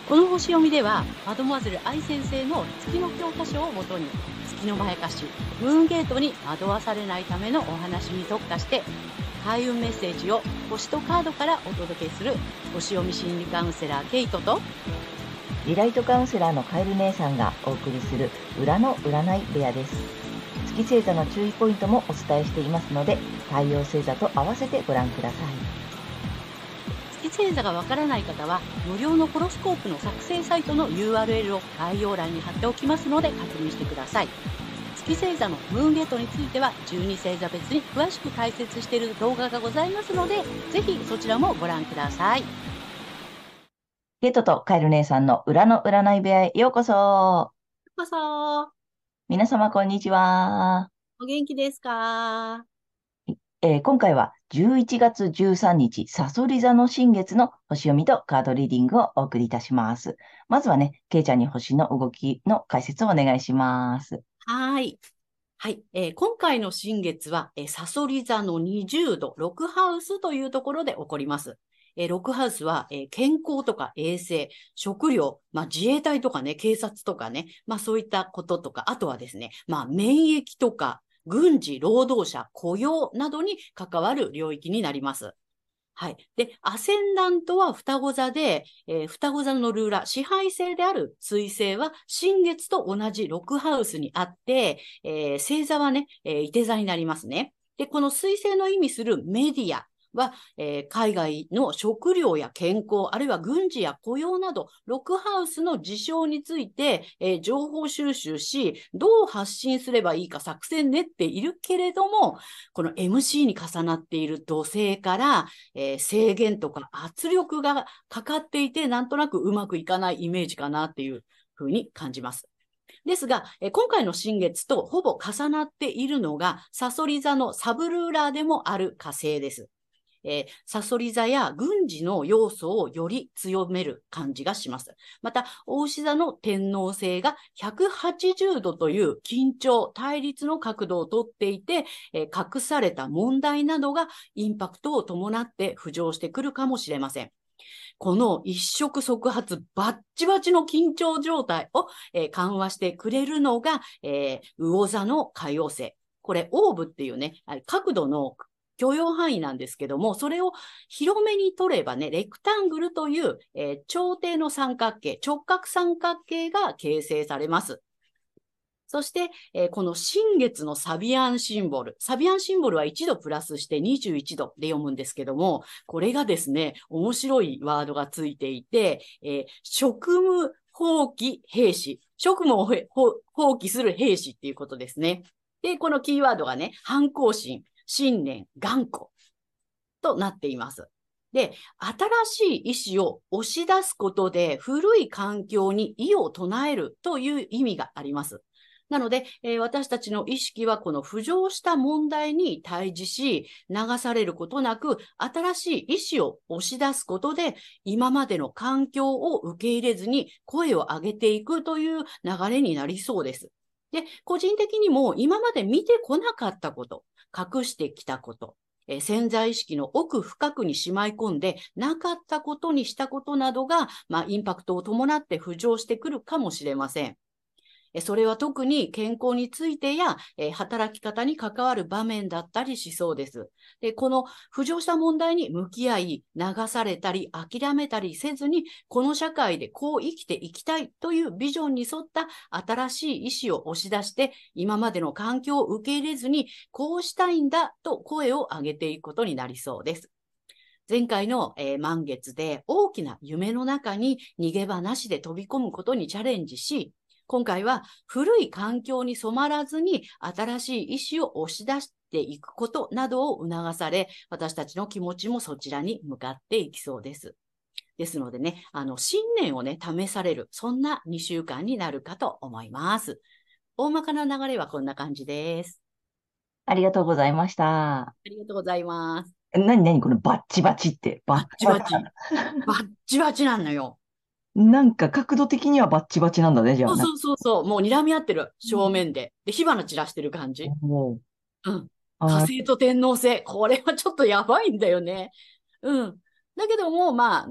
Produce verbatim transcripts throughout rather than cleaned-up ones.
この星読みでは、マドモアゼル愛先生の月の教科書をもとに、月のまやかし、ムーンゲートに惑わされないためのお話に特化して、開運メッセージを星とカードからお届けする星読み心理カウンセラーケイトと、 リライトカウンセラーのカエル姉さんがお送りする裏の占い部屋です。月星座の注意ポイントもお伝えしていますので、太陽星座と合わせてご覧ください。 月星座がわからない方は、無料のホロスコープの作成サイトの ユーアールエル を概要欄に貼っておきますので確認してください。月星座のムーンゲートについては、じゅうに星座別に詳しく解説している動画がございますので、ぜひそちらもご覧ください。 ゲートとカエル姉さんの裏の占い部屋へようこそ。 ようこそ。 皆様こんにちは。 お元気ですか？ えー今回はじゅういちがつじゅうさんにち、さそり座の新月の星読みとカードリーディングをお送りいたします。まずはね、ケイちゃんに星の動きの解説をお願いします。 はい。はい、えー今回の新月は、えー、サソリ座のにじゅうど、ろくハウスというところで起こります。えー、ろくハウスは、えー健康とか衛生、食料、まあ、自衛隊とかね、警察とかね、まあそういったこととか、あとはですね、まあ免疫とか、軍事、労働者、雇用などに関わる領域になります。はい。で、アセンダントは双子座で、えー双子座のルーラー、支配星である水星は新月と同じろくハウスにあって、えー星座はね、えー、いて座になりますね。で、この水星の意味するメディアは、えー海外の食料や健康、あるいは軍事や雇用など、ろくハウスの事象について、えー情報収集し、どう発信すればいいか作戦練っているけれども、この エムシー に重なっている土星から、えー制限とか圧力がかかっていて、なんとなくうまくいかないイメージかなっていうふうに感じます。ですが、えー今回の新月とほぼ重なっているのが、サソリ座のサブルーラーでもある火星です。えー、サソリ座や軍事の要素をより強める感じがします。また、牡牛座の天王星がひゃくはちじゅうどという緊張、対立の角度をとっていて、えー隠された問題などがインパクトを伴って浮上してくるかもしれません。この一触即発、バッチバチの緊張状態を、えー緩和してくれるのが、えー、魚座の海王星。これ、オーブっていうね、角度の許容範囲なんですけども、それを広めに取ればね、レクタングルという、えー長底の三角形、直角三角形が形成されます。そして、えーこの新月のサビアンシンボル。サビアンシンボルはいちどプラスしてにじゅういちどで読むんですけども、これがですね、面白いワードがついていて、えー職務放棄兵士。職務を放棄する兵士っていうことですね。で、このキーワードがね、反抗心、信念、頑固となっています。で、新しい意志を押し出すことで古い環境に異を唱えるという意味があります。なので、えー私たちの意識はこの浮上した問題に対峙し、流されることなく、新しい意志を押し出すことで、今までの環境を受け入れずに声を上げていくという流れになりそうです。で、個人的にも今まで見てこなかったこと、隠してきたこと、えー潜在意識の奥深くにしまい込んでなかったことにしたことなどが、まあ、インパクトを伴って浮上してくるかもしれません。それは特に健康についてや、えー働き方に関わる場面だったりしそうです。で、この浮上した問題に向き合い、流されたり諦めたりせずに、この社会でこう生きていきたいというビジョンに沿った新しい意思を押し出して、今までの環境を受け入れずに、こうしたいんだと声を上げていくことになりそうです。前回の、えー満月で大きな夢の中に逃げ場なしで飛び込むことにチャレンジし、今回は古い環境に染まらずに新しい意志を押し出していくことなどを促され、私たちの気持ちもそちらに向かっていきそうです。ですのでね、あの、信念をね、試される、そんなにしゅうかんになるかと思います。大まかな流れはこんな感じです。 ありがとうございました。 ありがとうございます。 えなになにこのバッチバチって。バッバッチバチチバチ。バッチバチなのよ。 なんか角度的にはバッチバチなんだね、じゃあな。 そうそうそうそう。もう睨み合ってる。正うん面で。で、火花散らしてる感じ。 おーうん。火あー、 星と天王星。これはちょっとやばいんだよね。うん。だけども、まあね。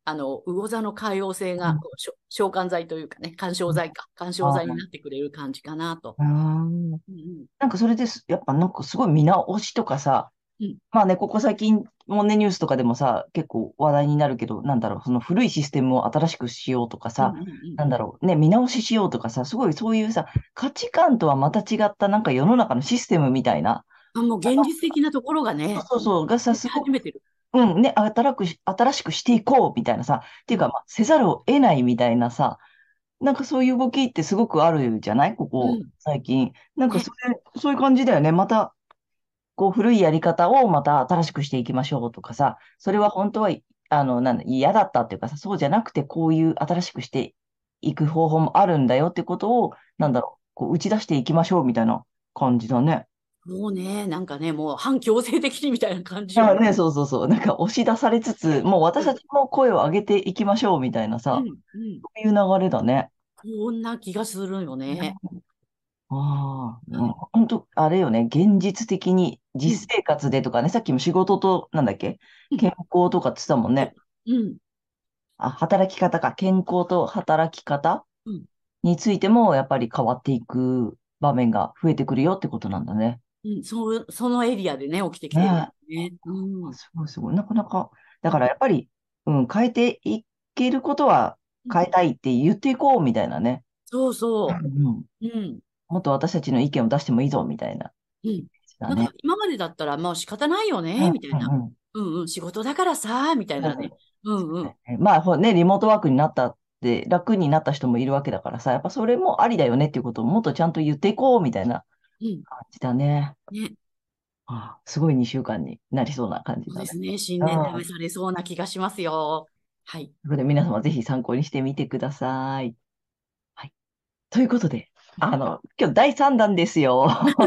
あの、魚座の海王星が、こうしょ召喚剤というかね、干渉剤か、干渉剤になってくれる感じかなと。 うん。 うんうんなんかそれです。やっぱなんかすごい見直しとかさ、 うんまあね、ここ最近もね、ニュースとかでもさ、結構話題になるけど、なんだろう、その古いシステムを新しくしようとかさ、 うんうんうんなんだろう、ね、見直ししようとかさ、すごいそういうさ、価値観とはまた違ったなんか世の中のシステムみたいな、 あ、もう現実的なところがね、 そうそうそう、がさ、 出すごく、 始めてる。 うん、ね、新くし、新しくしていこうみたいなさ、っていうか、 うんまあ、せざるを得ないみたいなさ、なんかそういう動きってすごくあるじゃないここ、 うん。 最近。なんかね。 それ、そういう感じだよね。また、こう、古いやり方をまた新しくしていきましょうとかさ、それは本当は、あの、なんだ、嫌だったっていうかさ、そうじゃなくて、こういう新しくしていく方法もあるんだよってことを、なんだろう、こう、打ち出していきましょうみたいな感じだね。 もうね、なんかね、もう反強制的にみたいな感じよね。 あね、そうそうそう。なんか押し出されつつ、もう私たちも声を上げていきましょうみたいなさ、 うん、うん。 そういう流れだね。 こんな気がするよね。 ああ、うん、 はい。 本当、あれよね、現実的にうん、 実生活でとかね、さっきも仕事と、なんだっけ、 うん。 健康とかって言ってたもんね。 そう。うん、 あ、働き方か、健康と働き方うん、 についても、やっぱり変わっていく場面が増えてくるよってことなんだね。 うん。そう、そのエリアでね、起きてきてるねね。うえ、 ん。 すごいすごい。なかなか、だうん、 からやっぱり、うん、変えていけることはうん。 変えたいって言っていこうみたいなね。 そうそうんうん、 う。うん、 もっと私たちの意見を出してもいいぞみたいな。 うん。なんかだね。 今までだったらもう仕方ないよね、 うんみたいな。 うんうん。 うんうん、仕事だからさ、みたいなね。うんうん。 まあ、ほね、リモートワークになったって、楽になった人もいるわけだからさ、やっぱそれもありだよねっていうことをもっとちゃんと言っていこうみたいなうん。 感じだね。 ね。 ああ、すごいにしゅうかんになりそうな感じだね。 そうですね。新うん。 年試とされそうな気がしますよ。はい。 いうことで皆様ぜひ参考にしてみてください。はい。ということで、あの、今日だいさん弾ですよ。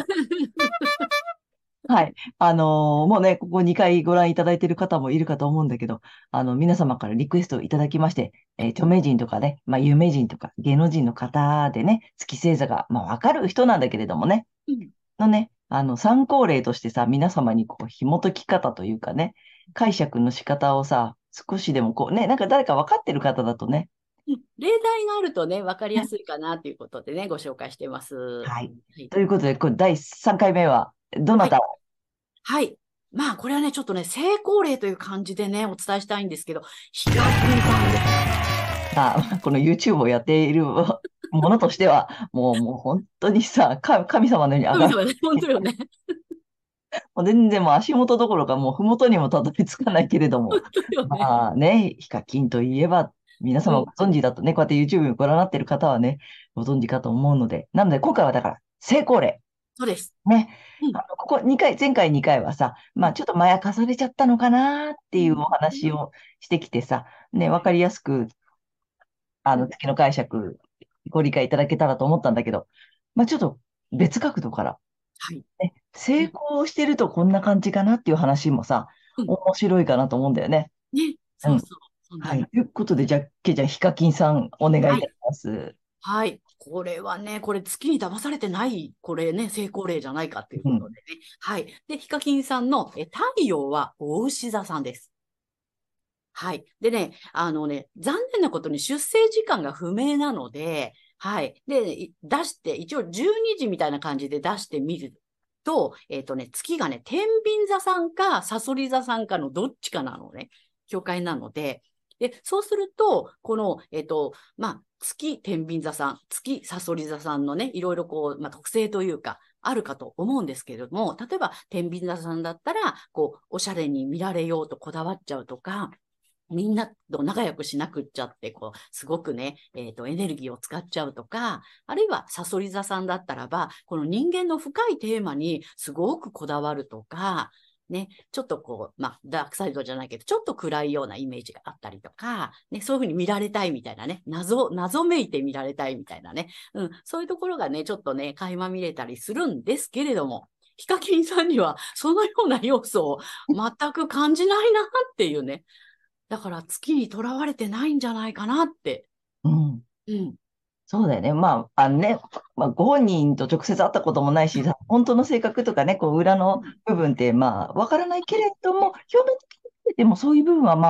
はい。あのーもうね、ここにかいご覧いただいている方もいるかと思うんだけど、あの、皆様からリクエストをいただきまして、えー著名人とかね、まあ、有名人とか芸能人の方でね、月星座が、まあ、わかる人なんだけれどもね、 うん。 のね、あの、参考例としてさ、皆様にこう、紐解き方というかね、解釈の仕方をさ、少しでもこうね、なんか誰か分かってる方だとね、 うん例題があるとね、わかりやすいかなということでね、ご紹介してます。ははい。 い。 ということで、これだいさんかいめは、どなはい。 たを？ はい。まあ、これはね、ちょっとね、成功例という感じでね、お伝えしたいんですけど、ヒカキンさんです。 あ、この YouTube をやっているものとしては、もう、もう本当にさ、か神様のように上がる。 神様ね、本当よね。 もう全然もう足元どころか、もう麓にもたどり着かないけれども、 本当よね。 まあね、ヒカキンといえば、皆様ごうん。 存知だとね、こうやって YouTube をご覧になっている方はね、ご存知かと思うので、なので今回はだから、成功例。 そうです。 ね。 うん。 あの、ここにかい、前回にかいはさ、まあちょっとまやかされちゃったのかなっていうおうん。 話をしてきてさ、ね、わかりやすく、あの、 うん。 月の解釈、ご理解いただけたらと思ったんだけど、まあちょっと別角度から、 はい。 ね、成うん。 功してるとこんな感じかなっていう話もさ、 うん。 面白いかなと思うんだよね。 ね。 うん。 そうそう。そんなはい。 の。 ということで、じゃあ、けいちゃん、ヒカキンさん、お願いはい。 いたします。 はい。これはね、これ月に騙されてない、これね、成功例じゃないかといううん。 ことでね。はい。で、ヒカキンさんのえ太陽はお牛座さんです。はい。でね、あのね、残念なことに出生時間が不明なので、はい。で、い出して、一応じゅうにじみたいな感じで出してみると、えっとね、月がね、天秤座さんか、さそり座さんかのどっちかなのね、境界なので、で、そうすると、この、えっと、まあ、月天秤座さん、月さそり座さんのね、いろいろこう、まあ、特性というか、あるかと思うんですけれども、例えば、天秤座さんだったら、こう、おしゃれに見られようとこだわっちゃうとか、みんなと仲良くしなくっちゃって、こう、すごくね、えっと、エネルギーを使っちゃうとか、あるいは、サソリ座さんだったらば、この人間の深いテーマにすごくこだわるとか、ね、ちょっとこう、まあ、ダークサイドじゃないけど、ちょっと暗いようなイメージがあったりとか、ね、そういうふうに見られたいみたいなね、謎、謎めいて見られたいみたいなね、うん、そういうところがね、ちょっとね、垣間見れたりするんですけれども、ヒカキンさんにはそのような要素を全く感じないなっていうね、だから月にとらわれてないんじゃないかなって。 うん。 うん。 そうだよね。まあ、あのね、まあ、ご本人と直接会ったこともないし、さ本当の性格とかね、こう、裏のうん。 部分って、まあ、わからないけはい。 れども、表面的に見ててもそういう部分は、まあ、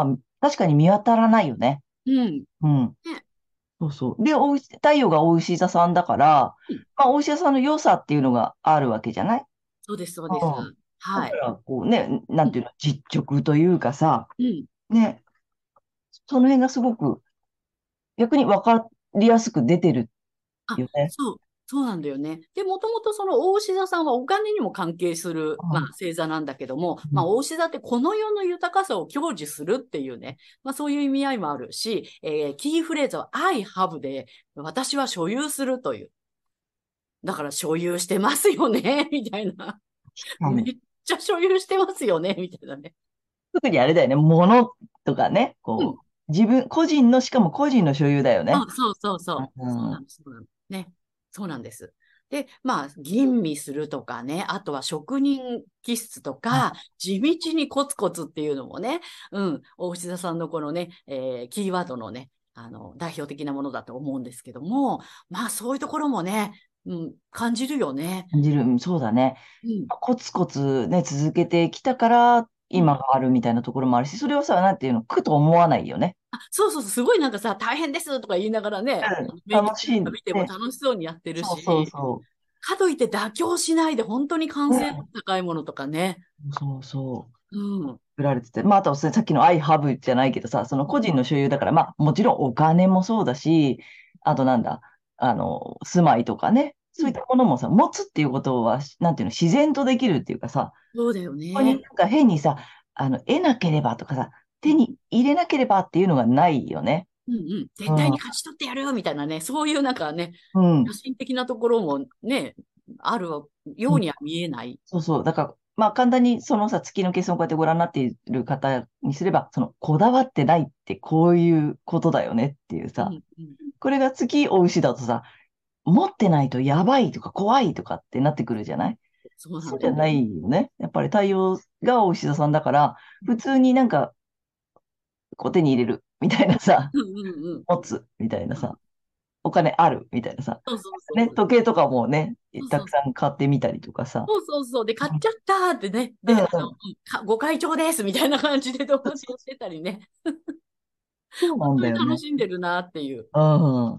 確かに見当たらないよね。 うん。 うん。 ね。 そうそう。で、おうし太陽がお牛座さんだから、 うん。 まあ、お牛座さんの良さっていうのがあるわけじゃない。 そうです、そうです。 うん。だはい。 から、こうね、なうん。 んていうの、実直というかさ、 うん。 ね、その辺がすごく逆に分かりやすく出てるあ、 よね。 そう、そうなんだよね。で、もともとその大志座さんはお金にも関係する、まあ、 うん星座なんだけども、まあ、 うん大志座ってこの世の豊かさを享受するっていうね、まあ、そういう意味合いもあるし、えーキーフレーズは I have で、私は所有するという。だから所有してますよね、みたいな。めっうん。 ちゃ所有してますよね、みたいなね。 特にあれだよね、物とかね、 うん。 こう、自分、個人の、しかも個人の所有だよね。 そうそうそうそう。 うん。 そうなんです。そうなんです。ね。そうなんです。で、まあ、吟味するとかね、あとは職人気質とか、地道にコツコツっていうのもね、うん、大内田さんのこのね、えーキーワードのね、あの、代表的なものだと思うんですけども、まあ、そういうところもね、うん、感じるよね。 感じる。うん、そうだね。 うん、 コツコツね、続けてきたから、 うん。 今があるみたいなところもあるし、それをさ、なんていうの、苦と思わないよね。 あ、そうそうそう、すごいなんかさ、大変ですとか言いながらね、 うん。 メニュ楽しい。 ー見てもね。 楽しそうにやってるそうそうし、 そかといって妥協しないで本当に完う。 成度ね。 高いものとかね。 そうそう。 うん。 作られてて。まあ、あとはさっきの I have じゃないけどさ、その個人の所有だから、まあ、もちろんお金もそうだし、あとなんだ、あの、住まいとかね、 うん。 そういったものもさ、持つっていうことは、なんていうの、自然とできるっていうかさ、 そうだよここになね。 んか変にさ、あの、得なければとかさ、 うん。 手に入れなければっていうのがないよね。 うんうん。絶対うん。 に勝ち取ってやるみたいなね、そういうなんかね、 うん。 野心的なところもね、あるようん。 うには見えない。 そうそう。だから、まあ簡単にそのさ、月の計算をこうやってご覧になっている方にすれば、その、こだわってないってこういうことだよねっていうさ、 うんうん。 これが月お牛だとさ、持ってないとやばいとか怖いとかってなってくるじゃない。 そうなんだよね。 そうじゃないよね。やっぱり太陽がお牛座さんだから、普通になんか、こう手に入れるみたいなさ、 うんうんうん。 持つみたいなうん。 さ、お金あるみたいなさ、 そうそうそうね、 そう。 時計とかもね、 そうそうそう。 たくさん買ってみたりとかさ。 そうそうそう。で、買っちゃったーってね。で、あの、 うんうん。 うんかご会長ですみたいな感じで同時にしてたりね。 そうなん本当にだよね。 楽しんでるなっていう。 うん。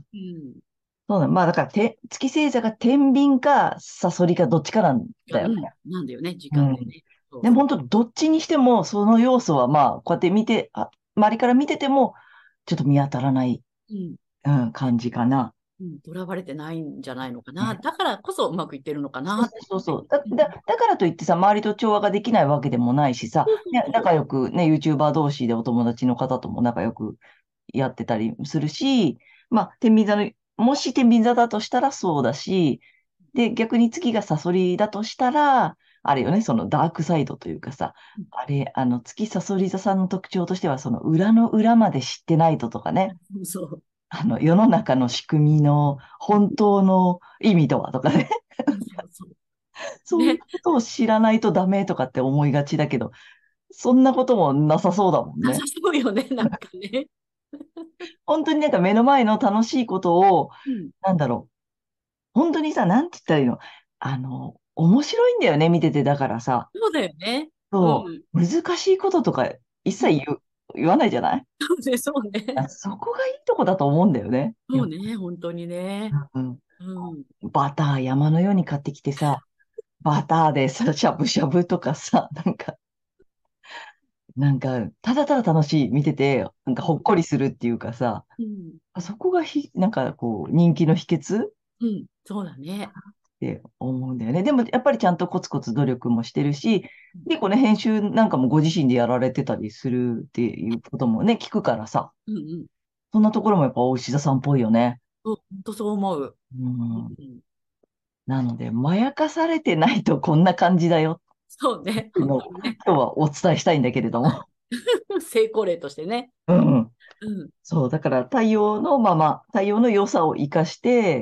うん。 そうなの。まあだから、て、月星座が天秤かサソリかどっちかなんだよね。 がうん。なんだよね、時うん。 間でね。そうそう。 でも本当、どっちにしても、その要素はまあ、こうやって見て、あ、周りから見てても、ちょっと見当たらない、 うん。 うん、感じかな。 うん、囚われてないんじゃないのかな。 ね。 だからこそうまくいってるのかそうなっていうね。 そうそう。だ、 うん、 だ、だからといってさ、周りと調和ができないわけでもないしさ、 そうそうね、 そう。 仲良くね、YouTuber 同士でお友達の方とも仲良くやってたりするし、まあ、天秤座の、もし天秤座だとしたらそうだし、で、逆に月がサソリだとしたら、あれよね、そのダークサイドというかさ、 うんあれ、あの、月サソリ座さんの特徴としては、その裏の裏まで知ってないととかね、 そうそう。 あの、世の中の仕組みの本当の意味とはとかね、 そうそうそう。 そういうね。 ことを知らないとダメとかって思いがちだけど、そんなこともなさそうだもんなさね。 そうよね、なんかね。 本当になんか目の前の楽しいことを、 うん。 なんだろう、本当にさ、なんて言ったらいいの、あの、面白いんだよね、見てて。だからさ、 そうだよね。うそん。 う、難しいこととか一うん。 切言う、言わないじゃない。 そうね、そうね。 あ、そこがいいとこだと思うんだよね。いや、 そうね、本当にね。 うん、 うん。 バター山のように買ってきてさ、バターでさ、しゃぶしゃぶとかさ、なんか、なんか、ただただ楽しい、見てて、なんかほっこりするっていうかさ、 うん。 あそこがひ、なんかこう、人気の秘訣っうん。そうだね。 て思うんだよね。でも、やっぱりちゃんとコツコツ努力もしてるし、結構ね、編集なんかもご自身でやられてたりするっていうこともね、聞くからさ、 うんうん。 そんなところもやっぱ大石田さんっぽいよね。 そう、本当そう思う。 ううん。 ん。 なので、まやかされてないとこんな感じだよそうね、 っていうのを本当にね。 今日はお伝えしたいんだけれども。 成功例としてね。 うん。 うん。 そう、だから太陽のまま、太陽の良さを生かして、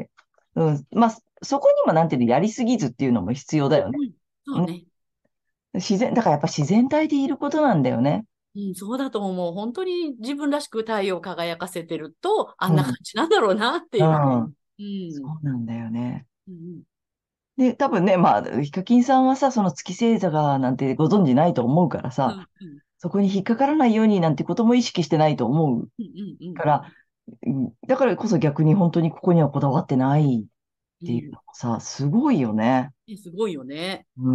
うん、まあ、そこにもなんていうの、やりすぎずっていうのも必要だよね。 うん。そううん。 ね。 自然、だからやっぱ自然体でいることなんだよね。 うん、そうだと思う。本当に自分らしく太陽を輝かせてると、あんな感うん。 じなんだろうなってういうね。 ん。 うん。 そうなんだよね。 うんで、多分ね、まあ、ヒカキンさんはさ、その月星座がなんてご存知ないと思うからさ、 うんうんそこに引っかからないようになんてことも意識してないと思ううんうんうんから、うん、だからこそ逆に本当にここにはこだわってないっていううん。 のもさ、すごいよね。 えすごいよね。 うん。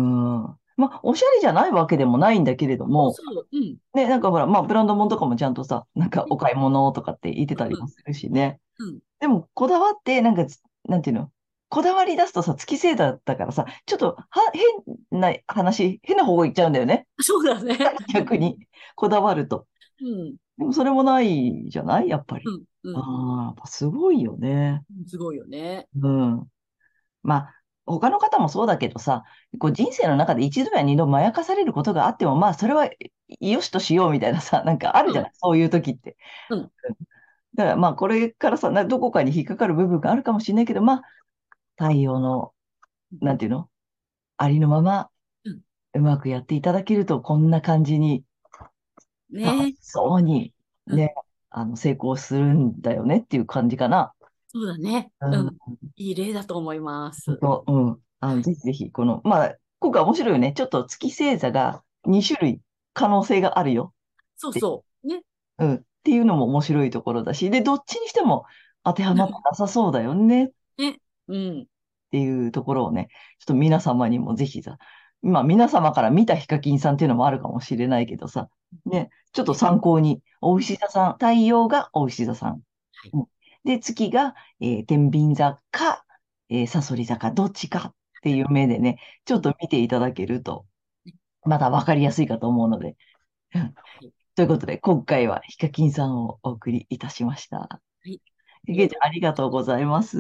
まあ、おしゃれじゃないわけでもないんだけれども、 そうそう。うん。 ね、なんかほら、まあ、ブランド物とかもちゃんとさ、なんかうん。 お買い物とかって言ってたりうん。 もするしね。 うん。 でも、こだわって、なんかつ、なんていうの、こだわり出すとさ、月星座だったからさ、ちょっとは変な話、変な方向行っちゃうんだよね。 そうだね。 逆に、こだわると。 うん。 でも、それもないじゃないやっぱり。 うん。うん。 ああ、やっぱすごいよね。 すごいよね。 うん。まあ、他の方もそうだけどさ、こう人生の中で一度や二度まやかされることがあっても、まあ、それはよしとしようみたいなさ、なんかあるうん。 じゃない、そういう時って。 うん。 だからまあ、これからさ、などこかに引っかかる部分があるかもしれないけど、まあ、太陽の、なんていうの、ありのまま、 うん。 うまくやっていただけると、こんな感じに、楽しね。 そうに、 うん。 ね、あの、成功するんだよねっていう感じかな。 そうだね。 うん、 うん。いい例だと思います。 本当、うん。あの、ぜひぜひ、この、まあ、今回面白いよね。ちょっと月星座がに種類可能性があるよって、 そうそう。ね。 うん、っていうのも面白いところだし、で、どっちにしても当てはまってうん。 なさそうだよねっね。うん。 ていうところをね、ちょっと皆様にもぜひさ、まあ皆様から見たヒカキンさんっていうのもあるかもしれないけどさ、ね、ちょっとね。 参考に、お牛座さん、太陽がお牛座さん。 はい。 うん、で、月が、えー天秤座か、えー、さそり座か、どっちかっていう目でね、ちょうん。 っと見ていただけると、 ね。 まだわかりやすいかと思うので。うん、 はい。 ということで、今回はヒカキンさんをお送りいたしました。 はい。ありげいちゃん、 がとう。 ありがとうございます。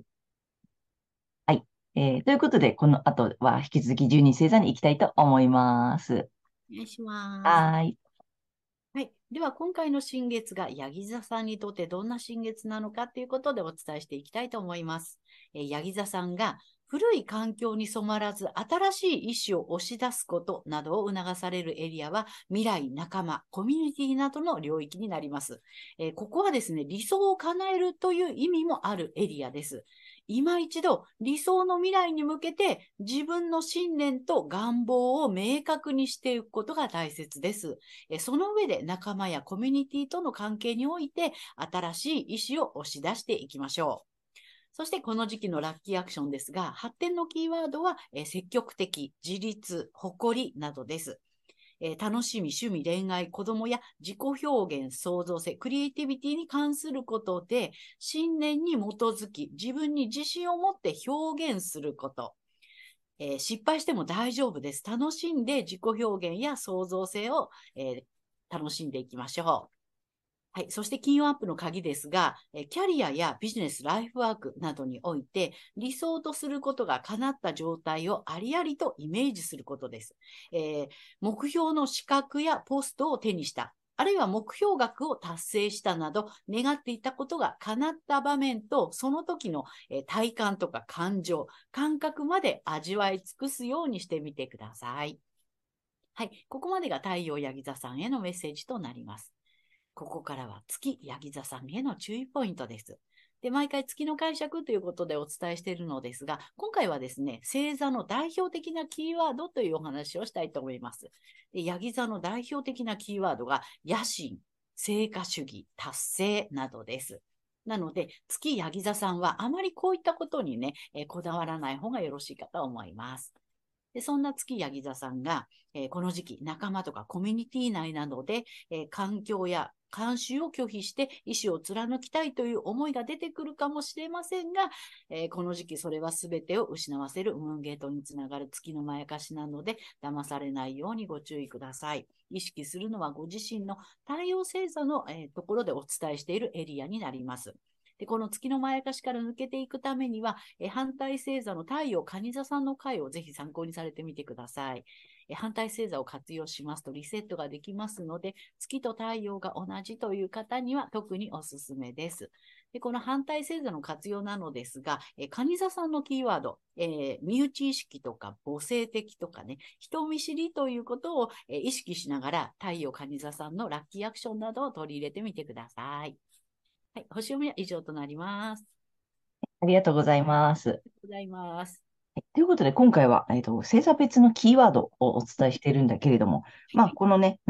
はい。えーということで、この後は引き続きじゅうに星座に行きたいと思います。 お願いします。 はーい。 はい。では、今回の新月がヤギ座さんにとってどんな新月なのかということでお伝えしていきたいと思います。えー、ヤギ座さんが古い環境に染まらず新しい意志を押し出すことなどを促されるエリアは未来、仲間、コミュニティなどの領域になります。えー、ここはですね、理想を叶えるという意味もあるエリアです。今一度理想の未来に向けて自分の信念と願望を明確にしていくことが大切です。その上で仲間やコミュニティとの関係において新しい意思を押し出していきましょう。そしてこの時期のラッキーアクションですが、発展のキーワードは積極的、自立、誇りなどです。えー、楽しみ、趣味、恋愛、子供や自己表現、創造性、クリエイティビティに関することで、信念に基づき、自分に自信を持って表現すること。えー、失敗しても大丈夫です。楽しんで自己表現や創造性を、えー、楽しんでいきましょう。はい。そして金曜アップの鍵ですが、キャリアやビジネス、ライフワークなどにおいて、理想とすることが叶った状態をありありとイメージすることです。えー、目標の資格やポストを手にした。あるいは目標額を達成したなど、願っていたことが叶った場面と、その時の体感とか感情、感覚まで味わい尽くすようにしてみてください。はい。ここまでが太陽ヤギ座さんへのメッセージとなります。ここからは月ヤギ座さんへの注意ポイントです。で、毎回月の解釈ということでお伝えしているのですが、今回はですね、星座の代表的なキーワードというお話をしたいと思います。で、ヤギ座の代表的なキーワードが野心、成果主義、達成などです。なので、月ヤギ座さんはあまりこういったことにね、えー、こだわらない方がよろしいかと思います。でそんな月ヤギ座さんが、えー、この時期、仲間とかコミュニティ内などで、えー、環境や慣習を拒否して意思を貫きたいという思いが出てくるかもしれませんが、えー、この時期それは全てを失わせるムーンゲートにつながる月のまやかしなので、騙されないようにご注意ください。意識するのはご自身の太陽星座の、えー、ところでお伝えしているエリアになります。でこの月のまやかしから抜けていくためには、え反対星座の太陽蟹座さんの回をぜひ参考にされてみてください。え反対星座を活用しますとリセットができますので、月と太陽が同じという方には特におすすめです。でこの反対星座の活用なのですが、え蟹座さんのキーワード、えー、身内意識とか母性的とかね、人見知りということを、えー、意識しながら太陽蟹座さんのラッキーアクションなどを取り入れてみてください。はい、星読みは以上となります。 ありがとうございます。 ありがとうございます。 ということで、今回は、えっと、星座別のキーワードをお伝えしているんだけれども、まあ、このね、なんだ、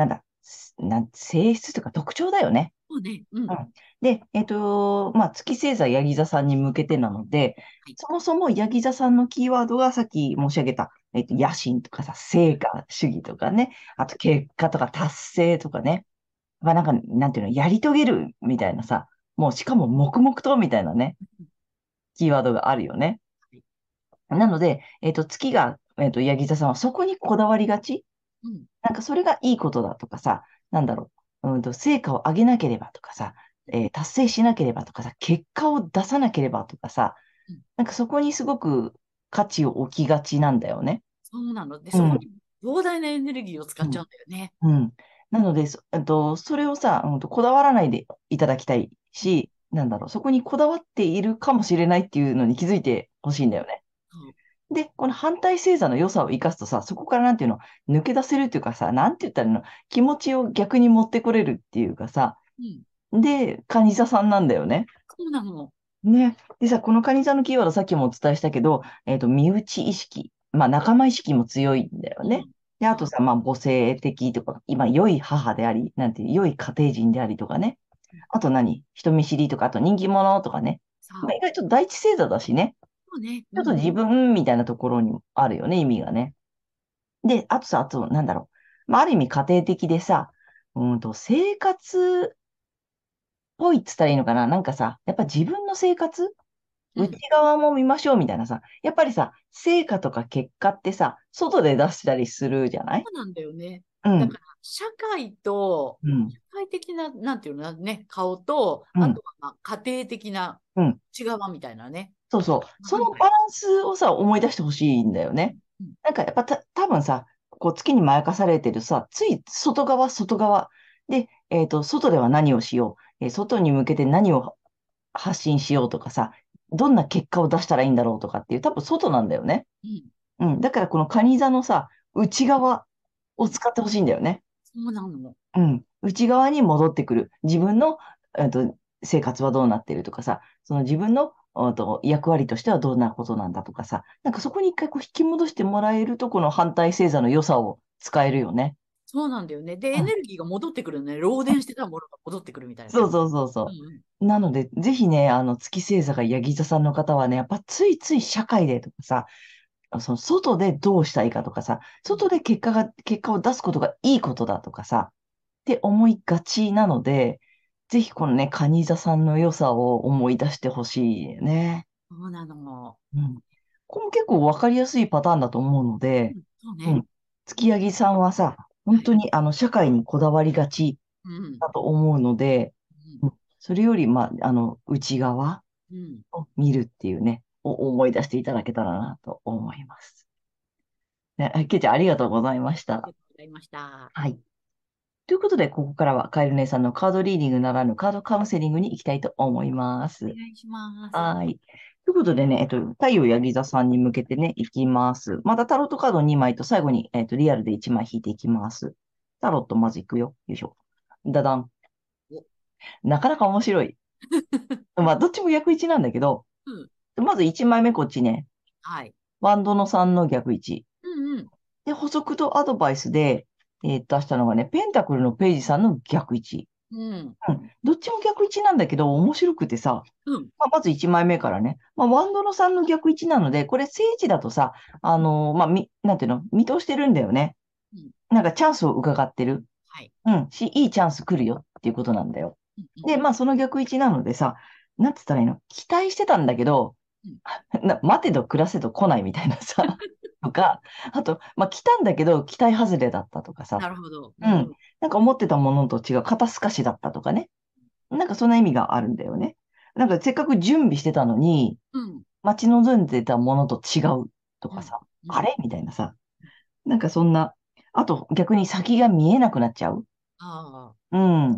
なん性質というか特徴だよね。 そうね。うん。 うん。で、えっと、まあ、月星座ヤギ座さんに向けてなので、 はい。 そもそもヤギ座さんのキーワードがさっき申し上げた、えっと、野心とかさ、成果主義とかね、あと結果とか達成とかね、まあ、なんか、なんていうの、やり遂げるみたいなさ、もうしかも黙々とみたいなね、キーワードがあるよね。 はい。 なので、えっと、月が、えっと、ヤギ座さんはそこにこだわりがち。 うん。 なんかそれがいいことだとかさ、なんだろう、うんと、成果を上げなければとかさ、えー達成しなければとかさ、結果を出さなければとかさ、 うん。 なんかそこにすごく価値を置きがちなんだよね。 そうなので、 うん、 そこに膨大なエネルギーを使うん、 っちゃうんだよね。 うん。なので、そ、えっと、それをさ、うんと、こだわらないでいただきたいし、なんだろう、そこにこだわっているかもしれないっていうのに気づいてほしいんだよね。 そう。 で、この反対星座の良さを生かすとさ、そこからなんていうの、抜け出せるっていうかさ、なんて言ったらいいの、気持ちを逆に持ってこれるっていうかさ、 うん。 で、蟹座さんなんだよね。 そうなの。 ね。でさ、この蟹座のキーワードさっきもお伝えしたけど、えっと、身内意識。まあ、仲間意識も強いんだよね。 うん。 で、あとさ、まあ、母性的とか、今、良い母であり、なんていう、良い家庭人でありとかね。あと何人見知りとか、あと人気者とかね。まあ、 そう。 意外と第一星座だしね。 そうね。 ちょっとうん。 自分みたいなところにあるよね、意味がね。で、あとさ、あと、なんだろう。まあ、ある意味家庭的でさ、うんと、生活っぽいって言ったらいいのかな。なんかさ、やっぱ自分の生活内うん。 側も見ましょうみたいなさ、やっぱりさ、成果とか結果ってさ、外で出したりするじゃない？ そうなんだよね。 うん、 だから、社会と、 うん、 社会的な、なんていうのね、顔と、 うん、 あとは、まあ、家庭的なうん。 内側みたいなね。 そうそう。そ反対。 のバランスをさ、思い出してほしいんだよね。 うん。 なんかやっぱた、多分さ、こう月にまやかされてるさ、つい外側、外側。で、えっと、外では何をしよう。えー外に向けて何を発信しようとかさ、どんな結果を出したらいいんだろうとかっていう、多分外なんだよね。 うん。 うん。だからこの蟹座のさ、内側うん。 を使ってほしいんだよね。 そうなの。 うん。内側に戻ってくる。自分の、えっと、生活はどうなってるとかさ、その自分の、えっと、役割としてはどんなことなんだとかさ、なんかそこに一回こう引き戻してもらえると、この反対星座の良さを使えるよね。 そうなんだよね。で、 うん。 エネルギーが戻ってくるね。漏電してたものが戻ってくるみたいな感じ。 そうそうそうそうんうん。 う。なので、ぜひね、あの、月星座がヤギ座さんの方はね、やっぱついつい社会でとかさ、その外でどうしたいかとかさ、 うん。 外で結果が、結果を出すことがいいことだとかさ、って思いがちなので、ぜひこのね、カニ座さんの良さを思い出してほしいね。 そうなの。 うん。これも結構わかりやすいパターンだと思うので、 うん。そうね。 うん。月ヤギさんはさ、本はい。 当にあの、社会にこだわりがちうん。 だと思うので、 うん。 うん、それより、まあ、あの、内側うん。 を見るっていうね、を思い出していただけたらなと思います。ね、ケイちゃんありがとうございました。 ありがとうございました。 はい。ということで、ここからはカエル姉さんのカードリーディングならぬカードカウンセリングに行きたいと思います。 お願いします。 はい。ということでね、えっと、太陽ヤギ座さんに向けてね、いきます。またタロットカードにまいと最後に、えっと、リアルでいちまい引いていきます。タロットまずいくよ。よいしょ。ダダン。 お。 なかなか面白い。まあ、どっちも逆位置なんだけど、 うん。 まずいちまいめこっちね。 はい。 ワンドのさんの逆位置。 うんうん。 で、補足とアドバイスで、えー出したのがね、ペンタクルのページさんの逆位置。 うん。 うん。どっちも逆位置なんだけど、面白くてさ、 うん。 まあ、まずいちまいめからね。まあ、ワンドのさんの逆位置なので、これ正位置だとさ、あのーまあ、み、なんていうの、見通してるんだよね。 うん。 なんかチャンスを伺ってる。 はい。 うん。し、いいチャンス来るよっていうことなんだよ。 うんうん。 で、まあ、その逆位置なのでさ、なんつったらいいの、期待してたんだけど、 うん。 な、待てど暮らせど来ないみたいなさ、とか、あと、まあ、来たんだけど、期待外れだったとかさ、 なるほど。ううん。 ん。 なんか思ってたものと違う、肩透かしだったとかね。なんかそんな意味があるんだよね。なんかせっかく準備してたのに、 うん。 待ち望んでたものと違うとうん。 かさ、 うん。 あれみたいなさ、なんかそんな、あと逆に先が見えなくなっちゃう。 ああ。 うん、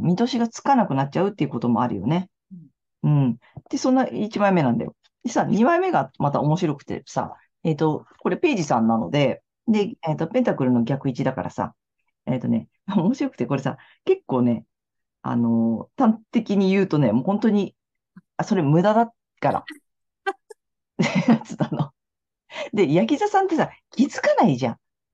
見通しがつかなくなっちゃうっていうこともあるよね。 うん。 うん。で、そんないちまいめなんだよ。でさ、にまいめがまた面白くてさ、えっと、これページさんなので、 うん。 で、えっと、ペンタクルの逆位置だからさ、えっとね、面白くてこれさ、結構ね、あのー端的に言うとね、もう本当に、あ、それ無駄だから、やつなの。で、ヤギ座さんってさ、気づかないじゃん。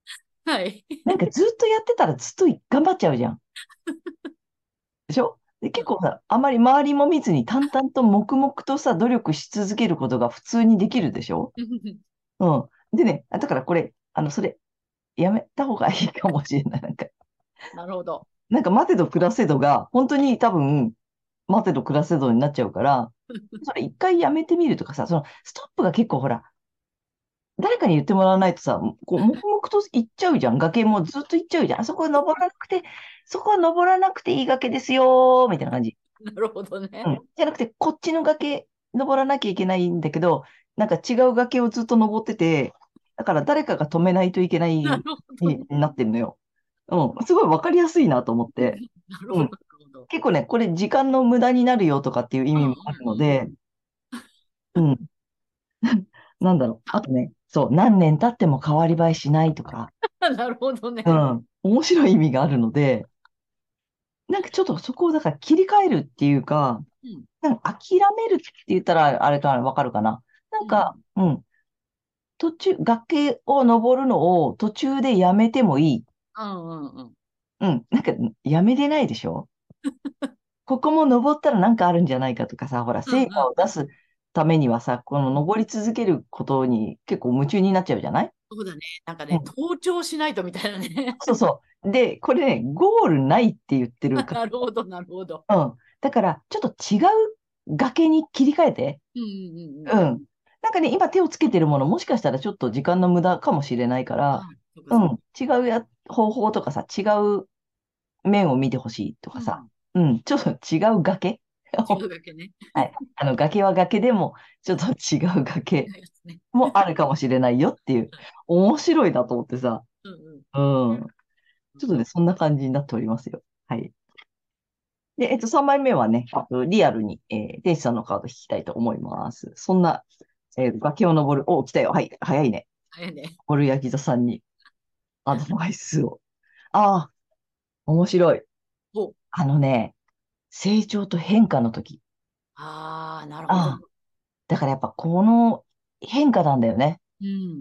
はい。 なんかずっとやってたらずっと頑張っちゃうじゃん。でしょ？で、結構さ、あまり周りも見ずに淡々と黙々とさ、努力し続けることが普通にできるでしょ？うん。でね、あだからこれ、あの、それ、やめた方がいいかもしれない。なんか、 なるほど。 なんか待てど暮らせどが、本当に多分、待てど暮らせどになっちゃうから、それ一回やめてみるとかさ、その、ストップが結構ほら、誰かに言ってもらわないとさ、こう、黙々と行っちゃうじゃん。崖もずっと行っちゃうじゃん。あそこは登らなくて、そこは登らなくていい崖ですよ、みたいな感じ。 なるほどね。 うん。じゃなくて、こっちの崖、登らなきゃいけないんだけど、なんか違う崖をずっと登ってて、だから誰かが止めないといけないなるほどにね。 なってるのよ。うん。すごいわかりやすいなと思って。 なるほど、なうん。 るほど。 結構ね、これ時間の無駄になるよとかっていう意うんう味もあるので、 んうん。 うん。なんだろう。あとね、そう、何年経っても変わり映えしないとか、 なるほどね。 うん。面白い意味があるので、なんかちょっとそこをだから切り替えるっていうか、 うん。 なんか諦めるって言ったらあれかな、わかるかな。なうんうん。 んか、うん。途中、崖を登るのを途中でやめてもいい。 うんうんうん。 うん。なんか、やめれないでしょ？ここも登ったらなんかあるんじゃないかとかさ、ほら、成うんうん。 果を出すためにはさ、この登り続けることに結構夢中になっちゃうじゃない？ そうだね。なんかね、 うん。 登頂しないとみたいなね。 そうそう。で、これね、ゴールないって言ってるかなるほど、なるほど。 ら、うん。だから、ちょっと違う崖に切り替えて、 うんうんうんうん。 うん。なんかね、今手をつけてるもの、もしかしたらちょっと時間の無駄かもしれないから、 あ、そっかそっか。 うん。違うや方法とかさ、違う面を見てほしいとかさ、 うん。 うん。ちょっと違う崖。 違うだけね。 はい。あの、崖は崖でも、ちょっと違う崖違うやつね。 もあるかもしれないよっていう、面白いなと思ってさ、 うんうん。 うん。ちょっとね、 なるほど。 そんな感じになっておりますよ。はい。で、えっと、さんまいめはね、あとリアルに、えー、天使さんのカード引きたいと思います。そんな、えー崖を登る、お、来たよ。はい、早いね。 早いね。 登るヤギ座さんにアドバイスを。ああ、面白い。 お、 あのね、成長と変化の時。 ああ、なるほど。 ああ、だからやっぱこの変化なんだよね。 うん。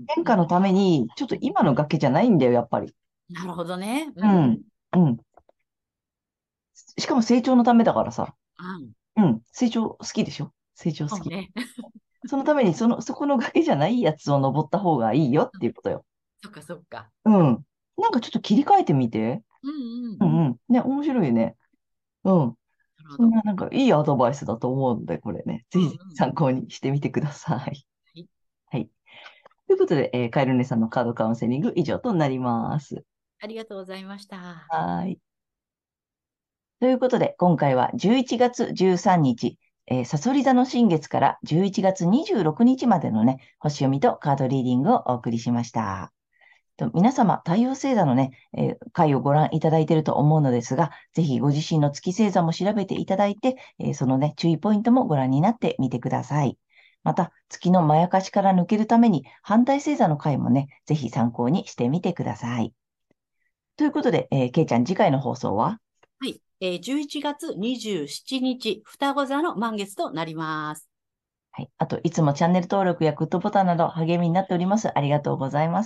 変化のために、ちょっと今の崖じゃないんだよ、やっぱり。 なるほどね。うんうん。 うん。うん。しかも成長のためだからさ。 うん。 うん。成長好きでしょ？成長好き。 そうね。 そのために、その、そこの崖じゃないやつを登った方がいいよっていうことよ。 そっかそっか。 うん。なんかちょっと切り替えてみて。 うんうん。 うんうん。ね、面白いね。うん。 なるほど。 そんななんかいいアドバイスだと思うので、これね、ぜひうんうん。 参考にしてみてください。 はい。 はい。ということで、えーカエル姉さんのカードカウンセリング以上となります。 ありがとうございました。 はーい。ということで、今回はじゅういちがつじゅうさんにち、えー、さそり座の新月からじゅういちがつにじゅうろくにちまでのね、星読みとカードリーディングをお送りしました。と皆様、太陽星座のね、えー回をご覧いただいていると思うのですが、ぜひご自身の月星座も調べていただいて、えーそのね、注意ポイントもご覧になってみてください。また、月のまやかしから抜けるために、反対星座の回もね、ぜひ参考にしてみてください。ということで、えー、けいちゃん、次回の放送は？ はい。えー、じゅういちがつにじゅうしちにち、双子座の満月となります。 はい。あと、いつもチャンネル登録やグッドボタンなど励みになっております。ありがとうございます。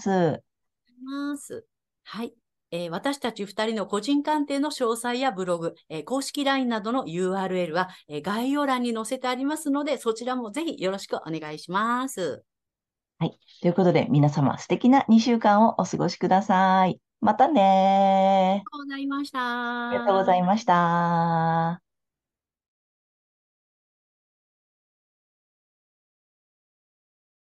ます。はい。えー私たちふたりの個人鑑定の詳細やブログ、えー公式 ライン などの ユーアールエル は、えー概要欄に載せてありますので、そちらもぜひよろしくお願いします。 はい。ということで、皆様素敵なにしゅうかんをお過ごしください。またねー。 ありがとうございましありがとうござた。 いました。